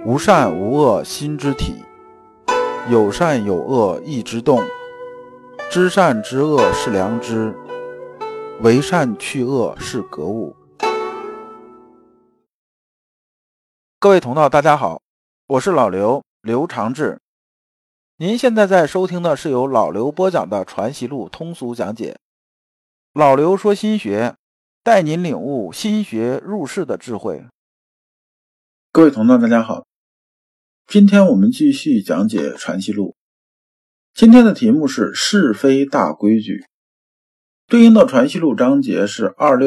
无善无恶心之体，有善有恶意之动。知善知恶是良知，为善去恶是格物。各位同道大家好，我是老刘，刘长志。您现在在收听的是由老刘播讲的传习录通俗讲解。老刘说心学，带您领悟心学入世的智慧。各位同道大家好，今天我们继续讲解传习录。今天的题目是是非大规矩，对应的传习录章节是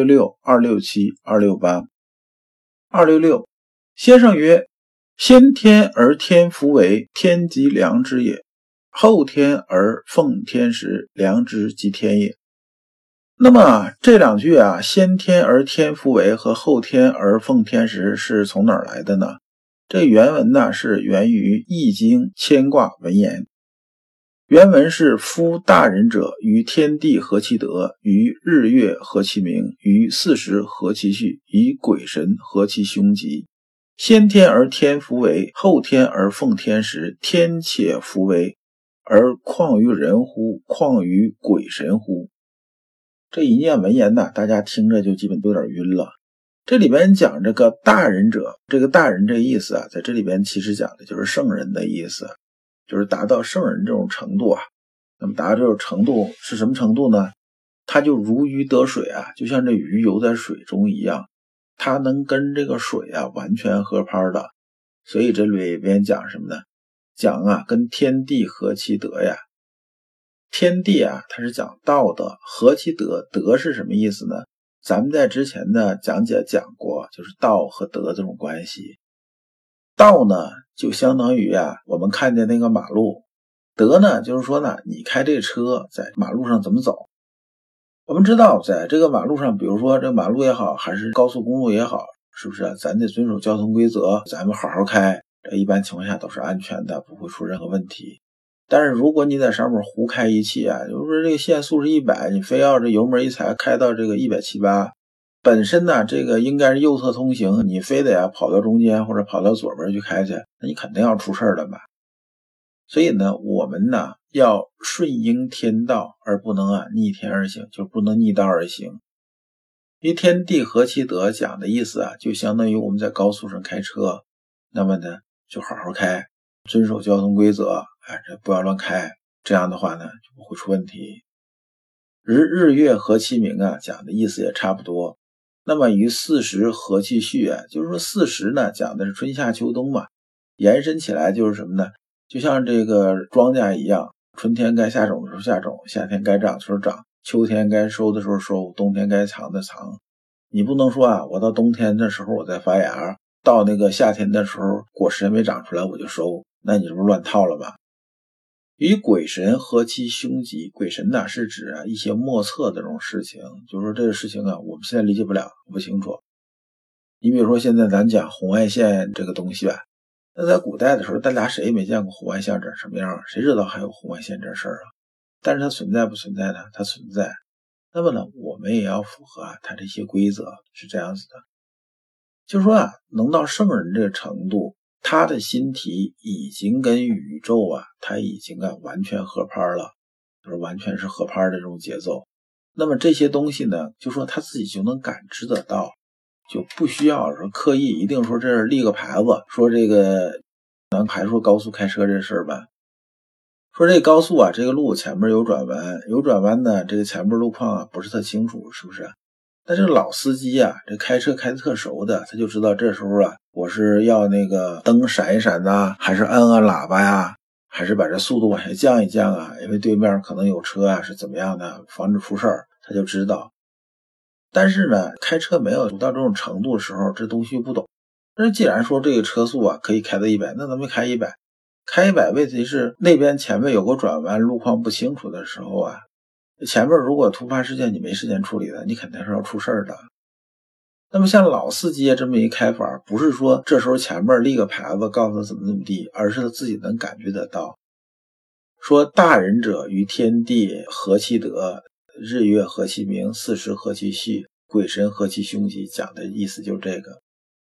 266、267、268。266，先生曰：先天而天福为，天即良知也；后天而奉天时，良知即天也。那么这两句啊，先天而天福为和后天而奉天时是从哪儿来的呢？这原文呢是源于易经牵卦文言。原文是夫大人者，于天地合其德，于日月合其明，于四时合其序，于鬼神合其凶吉。先天而天福为，后天而奉天时，天且福为，而况于人乎？况于鬼神乎？这一念文言呢，大家听着就基本都有点晕了。这里边讲这个大人者，这个大人这个意思啊，在这里边其实讲的就是圣人的意思，就是达到圣人这种程度啊。那么达到这种程度是什么程度呢？他就如鱼得水啊，就像这鱼游在水中一样，他能跟这个水啊完全合拍的。所以这里边讲什么呢？讲啊跟天地合其德呀。天地啊它是讲道的，合其德，德是什么意思呢？咱们在之前的讲解讲过，就是道和德这种关系。道呢就相当于啊我们看见那个马路，德呢就是说呢你开这车在马路上怎么走。我们知道在这个马路上，比如说这马路也好，还是高速公路也好，是不是咱得遵守交通规则，咱们好好开，这一般情况下都是安全的，不会出任何问题。但是如果你在上面胡开一气啊，就是说这个限速是100，你非要这油门一踩开到这个170-180，本身呢这个应该是右侧通行，你非得跑到中间或者跑到左边去开去，那你肯定要出事儿的嘛。所以呢我们呢要顺应天道，而不能逆天而行，就不能逆道而行。因为天地合其德讲的意思啊，就相当于我们在高速上开车，那么呢就好好开，遵守交通规则，这不要乱开，这样的话呢就不会出问题。日月合其明啊，讲的意思也差不多。那么于四时合其序啊，就是说四时呢讲的是春夏秋冬嘛，延伸起来就是什么呢？就像这个庄稼一样，春天该下种的时候下种，夏天该长的时候长，秋天该收的时候收，冬天该藏的藏。你不能说我到冬天的时候我再发芽，到那个夏天的时候果实还没长出来我就收，那你这不是乱套了吗？与鬼神合其凶吉，鬼神呢是指一些莫测的这种事情，就是说这个事情我们现在理解不了，不清楚。你比如说现在咱讲红外线这个东西吧，那在古代的时候大家谁也没见过红外线长什么样，谁知道还有红外线这事儿啊？但是它存在不存在呢？它存在。那么呢我们也要符合它这些规则，是这样子的。就是说能到圣人这个程度，他的心体已经跟宇宙他已经完全合拍了，就是完全是合拍的这种节奏。那么这些东西呢，就说他自己就能感知得到，就不需要说刻意一定说这儿立个牌子，说这个咱还说高速开车这事儿吧，说这高速这个路前面有转弯，有转弯呢，这个前面路况不是特清楚，是不是？但这个老司机这开车开得特熟的，他就知道这时候我是要那个灯闪一闪呐，还是按喇叭呀，还是把这速度往下降一降因为对面可能有车是怎么样的，防止出事儿，他就知道。但是呢开车没有到这种程度的时候，这东西不懂。但是既然说这个车速可以开到100，那咱们开100，开100问题是那边前面有个转弯，路况不清楚的时候前面如果突发事件你没时间处理的，你肯定是要出事儿的。那么像老司机这么一开法，不是说这时候前面立个牌子告诉他怎么地，而是他自己能感觉得到。说大人者，于天地合其德，日月合其明，四时合其序，鬼神合其凶吉，讲的意思就是这个。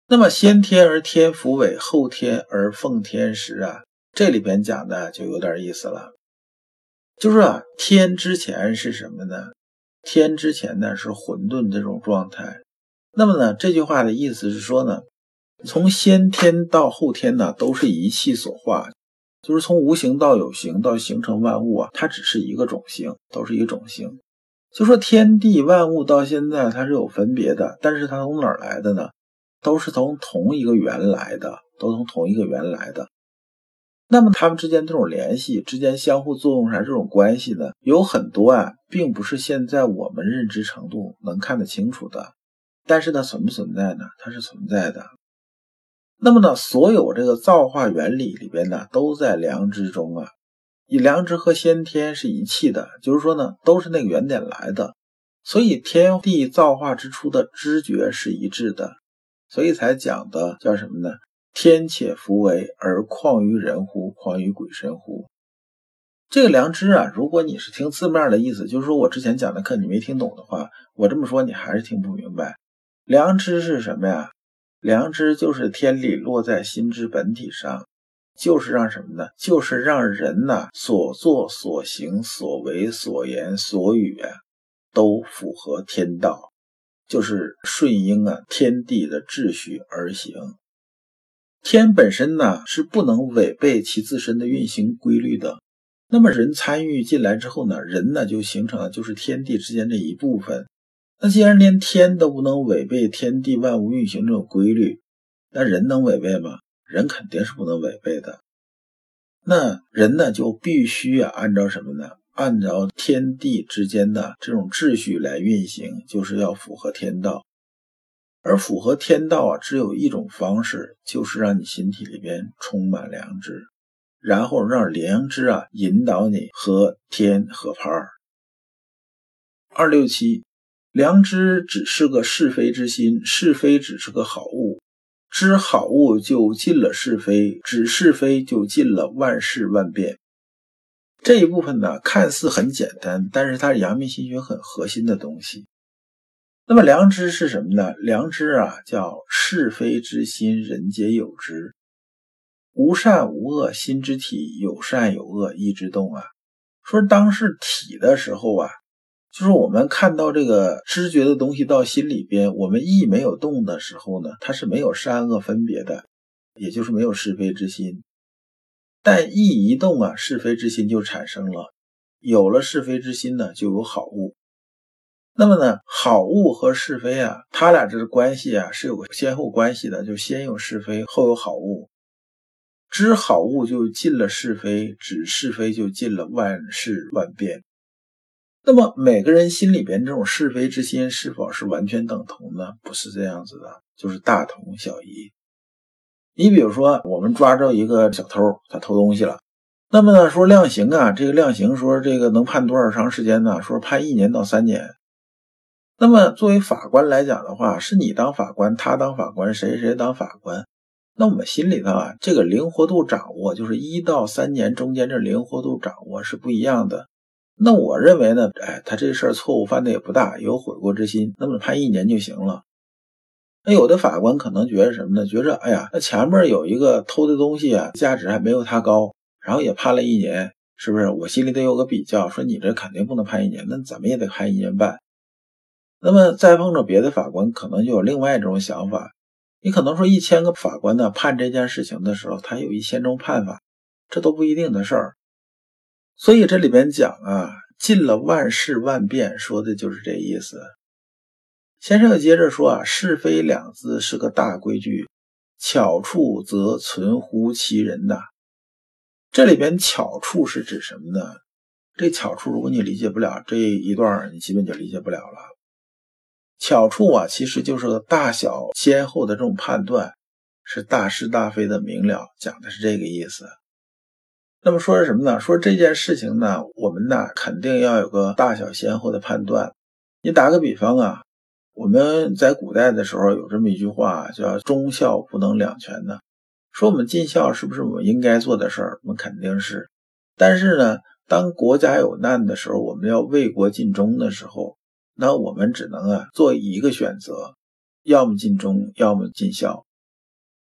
那么先天而天福伟，后天而奉天时啊，这里边讲的就有点意思了。就是天之前是什么呢？天之前呢是混沌这种状态。那么呢，这句话的意思是说呢，从先天到后天呢，都是一气所化，就是从无形到有形到形成万物啊，它只是一个种性，都是一个种性。就说天地万物到现在它是有分别的，但是它从哪儿来的呢？都是从同一个源来的，都从同一个源来的。那么它们之间这种联系，之间相互作用上这种关系呢，有很多并不是现在我们认知程度能看得清楚的。但是呢，存不存在呢？它是存在的。那么呢，所有这个造化原理里边呢，都在良知中啊。以良知和先天是一气的，就是说呢，都是那个原点来的。所以天地造化之初的知觉是一致的。所以才讲的叫什么呢？天且弗为，而况于人乎？况于鬼神乎？这个良知啊，如果你是听字面的意思，就是说我之前讲的课你没听懂的话，我这么说你还是听不明白。良知是什么呀？良知就是天理落在心之本体上，就是让什么呢？就是让人呢所作所行所为所言所语都符合天道，就是顺应天地的秩序而行。天本身呢是不能违背其自身的运行规律的。那么人参与进来之后呢，人呢就形成了就是天地之间的一部分。那既然连天都不能违背天地万物运行这种规律，那人能违背吗？人肯定是不能违背的。那人呢就必须按照什么呢？按照天地之间的这种秩序来运行，就是要符合天道。而符合天道只有一种方式，就是让你心体里边充满良知，然后让良知引导你和天合拍。267，良知只是个是非之心，是非只是个好物，知好物就尽了是非，知是非就尽了万事万变。这一部分呢，看似很简单，但是它是阳明心学很核心的东西。那么良知是什么呢？良知叫是非之心，人皆有之。无善无恶，心之体；有善有恶，意之动说当是体的时候就是我们看到这个知觉的东西到心里边，我们意没有动的时候呢，它是没有善恶分别的，也就是没有是非之心。但意一动是非之心就产生了，有了是非之心呢，就有好物。那么呢，好物和是非它俩这个关系是有个先后关系的，就先有是非，后有好物。知好物就尽了是非，知是非就尽了万事万变。那么每个人心里边这种是非之心是否是完全等同呢？不是这样子的，就是大同小异。你比如说我们抓着一个小偷，他偷东西了，那么呢说量刑这个量刑说这个能判多少长时间呢？说判1年到3年。那么作为法官来讲的话，是你当法官，他当法官，谁当法官。那我们心里头这个灵活度掌握，就是1到3年中间这灵活度掌握是不一样的。那我认为呢，他这事儿错误犯的也不大，有悔过之心，那么判1年就行了。那有的法官可能觉得什么呢？觉着那前面有一个偷的东西价值还没有他高，然后也判了1年，是不是？我心里得有个比较，说你这肯定不能判1年，那怎么也得判1年半。那么再碰着别的法官，可能就有另外一种想法。你可能说1000个法官呢判这件事情的时候，他有1000种判法，这都不一定的事儿。所以这里边讲尽了万事万变，说的就是这意思。先生又接着说是非两字是个大规矩，巧处则存乎其人这里边巧处是指什么呢？这巧处如果你理解不了这一段，你基本就理解不了了。巧处其实就是个大小先后的这种判断，是大是大非的明了，讲的是这个意思。那么说是什么呢？说这件事情呢，我们肯定要有个大小先后的判断。你打个比方我们在古代的时候有这么一句话叫忠孝不能两全呢。说我们尽孝是不是我们应该做的事儿？我们肯定是。但是呢，当国家有难的时候，我们要为国尽忠的时候，那我们只能做一个选择，要么尽忠，要么尽孝。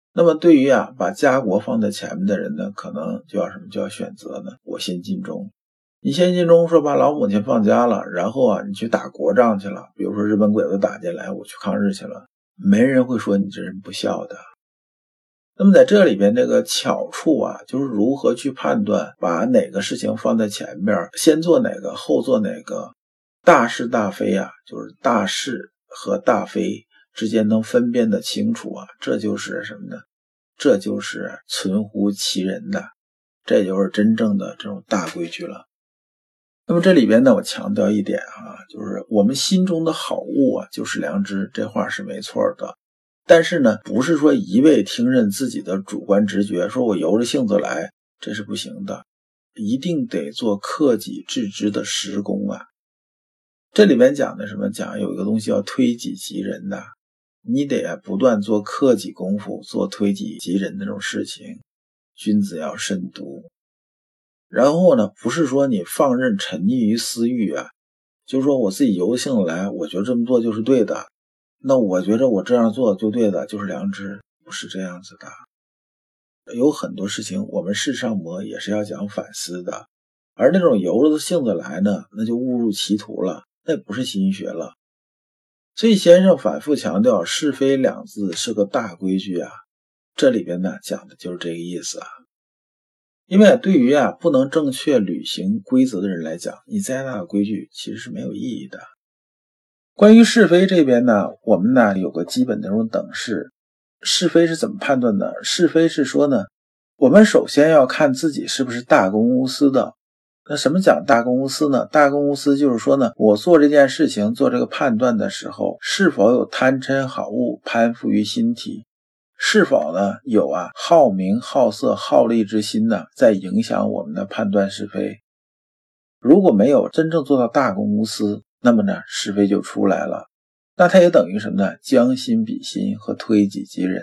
那么对于把家国放在前面的人呢，可能就要什么，就要选择呢，我先尽忠。你先尽忠，说把老母亲放家了，然后你去打国仗去了，比如说日本鬼子打进来，我去抗日去了，没人会说你这人不孝的。那么在这里边这个巧处就是如何去判断，把哪个事情放在前面，先做哪个后做哪个，大是大非就是大是和大非之间能分辨得清楚这就是什么呢？这就是存乎其人的，这就是真正的这种大规矩了。那么这里边呢，我强调一点就是我们心中的好物就是良知，这话是没错的。但是呢，不是说一味听任自己的主观直觉，说我由着性子来，这是不行的，一定得做克己致知的实功这里边讲的什么？讲有一个东西叫推己及人的，你得不断做克己功夫，做推己及人的这种事情。君子要慎独。然后呢，不是说你放任沉溺于私欲就是说我自己由性子来，我觉得这么做就是对的，那我觉得我这样做就对的，就是良知，不是这样子的。有很多事情我们世上魔也是要讲反思的，而那种由着性子来呢，那就误入歧途了，那不是心学了。所以先生反复强调是非两字是个大规矩这里边呢讲的就是这个意思因为对于不能正确履行规则的人来讲，你再大的规矩其实是没有意义的。关于是非这边呢，我们呢有个基本的这种等式。是非是怎么判断的？是非是说呢，我们首先要看自己是不是大公无私的。那什么讲大公无私呢？大公无私就是说呢，我做这件事情做这个判断的时候，是否有贪嗔好恶攀附于心体，是否呢有好名好色好利之心呢，在影响我们的判断是非。如果没有真正做到大公无私，那么呢是非就出来了。那它也等于什么呢？将心比心和推己及人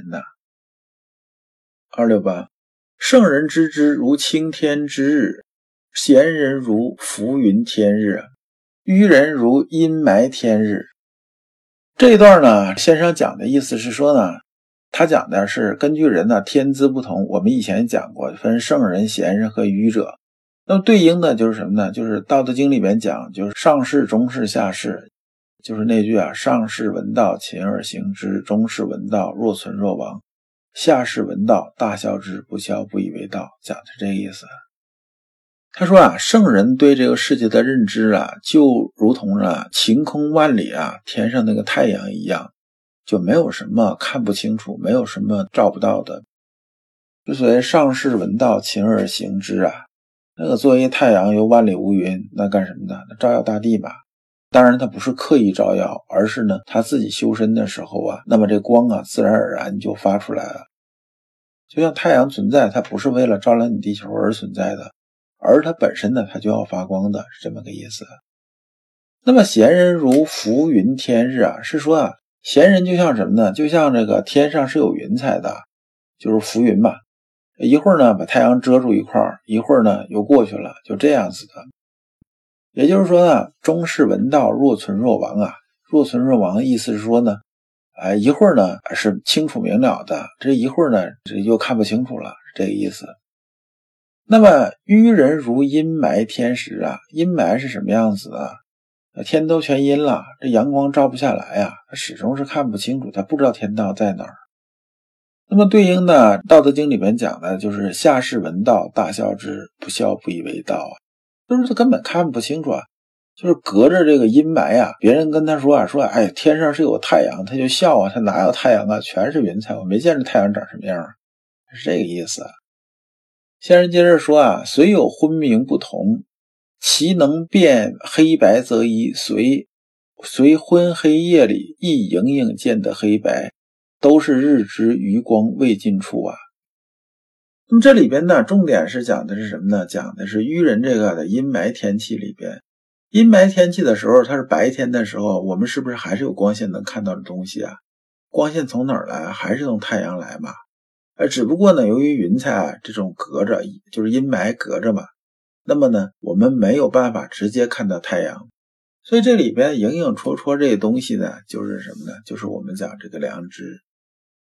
268，圣人知之如青天之日，贤人如浮云天日，愚人如阴霾天日。这一段呢，先生讲的意思是说呢，他讲的是根据人天资不同，我们以前讲过分圣人、贤人和愚者。那么对应的就是什么呢？就是道德经里面讲，就是上士、中士、下士，就是那句上士闻道，勤而行之；中士闻道，若存若亡；下士闻道，大笑之，不笑不以为道。讲的是这个意思。他说圣人对这个世界的认知就如同晴空万里天上那个太阳一样，就没有什么看不清楚，没有什么照不到的。就所谓上士闻道，勤而行之那个作为太阳有万里无云，那干什么呢？那照耀大地嘛。当然它不是刻意照耀，而是呢他自己修身的时候那么这光自然而然就发出来了。就像太阳存在，它不是为了照亮你地球而存在的，而它本身呢它就要发光的，是这么个意思。那么贤人如浮云天日是说贤人就像什么呢？就像这个天上是有云彩的，就是浮云嘛，一会儿呢把太阳遮住一块，一会儿呢又过去了，就这样子的。也就是说呢，中士闻道，若存若亡若存若亡意思是说呢一会儿呢是清楚明了的，这一会儿呢这又看不清楚了，是这个意思。那么愚人如阴霾天时阴霾是什么样子天都全阴了，这阳光照不下来他始终是看不清楚，他不知道天道在哪儿。那么对应的道德经里面讲的就是下士闻道，大笑之，不笑不以为道就是他根本看不清楚就是隔着这个阴霾别人跟他说哎，天上是有太阳，他就笑他哪有太阳全是云彩，我没见着太阳长什么样是这个意思。先生接着说虽有昏明不同，其能辨黑白则一，随昏黑夜里亦隐隐见得黑白，都是日之余光未尽处那么这里边呢重点是讲的是什么呢？讲的是愚人这个的阴霾天气里边，阴霾天气的时候，它是白天的时候，我们是不是还是有光线能看到的东西光线从哪儿来？还是从太阳来嘛。只不过呢由于云彩这种隔着，就是阴霾隔着嘛，那么呢我们没有办法直接看到太阳。所以这里边影影绰绰这些东西呢就是什么呢？就是我们讲这个良知。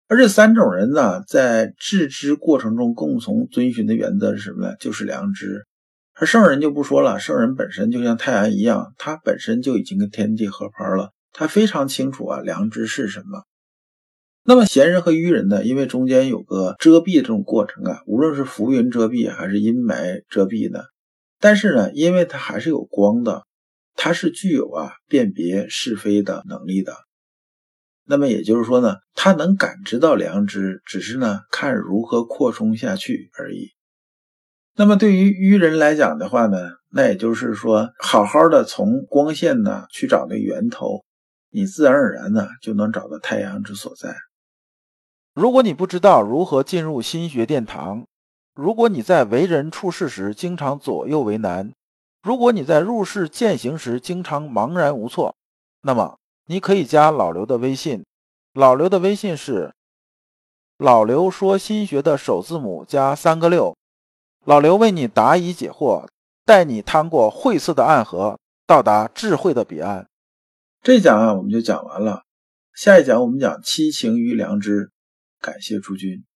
而这三种人呢，在致知过程中共同遵循的原则是什么呢？就是良知。而圣人就不说了，圣人本身就像太阳一样，他本身就已经跟天地合拍了，他非常清楚良知是什么。那么贤人和愚人呢，因为中间有个遮蔽的这种过程无论是浮云遮蔽还是阴霾遮蔽呢，但是呢，因为它还是有光的，它是具有辨别是非的能力的。那么也就是说呢，它能感知到良知，只是呢看如何扩充下去而已。那么对于愚人来讲的话呢，那也就是说好好的从光线呢去找那源头，你自然而然呢就能找到太阳之所在。如果你不知道如何进入心学殿堂，如果你在为人处事时经常左右为难，如果你在入世践行时经常茫然无措，那么你可以加老刘的微信，老刘的微信是老刘说心学的首字母加3个6，老刘为你答疑解惑，带你趟过晦涩的暗河，到达智慧的彼岸。这一讲我们就讲完了，下一讲我们讲七情于良知。感谢诸君。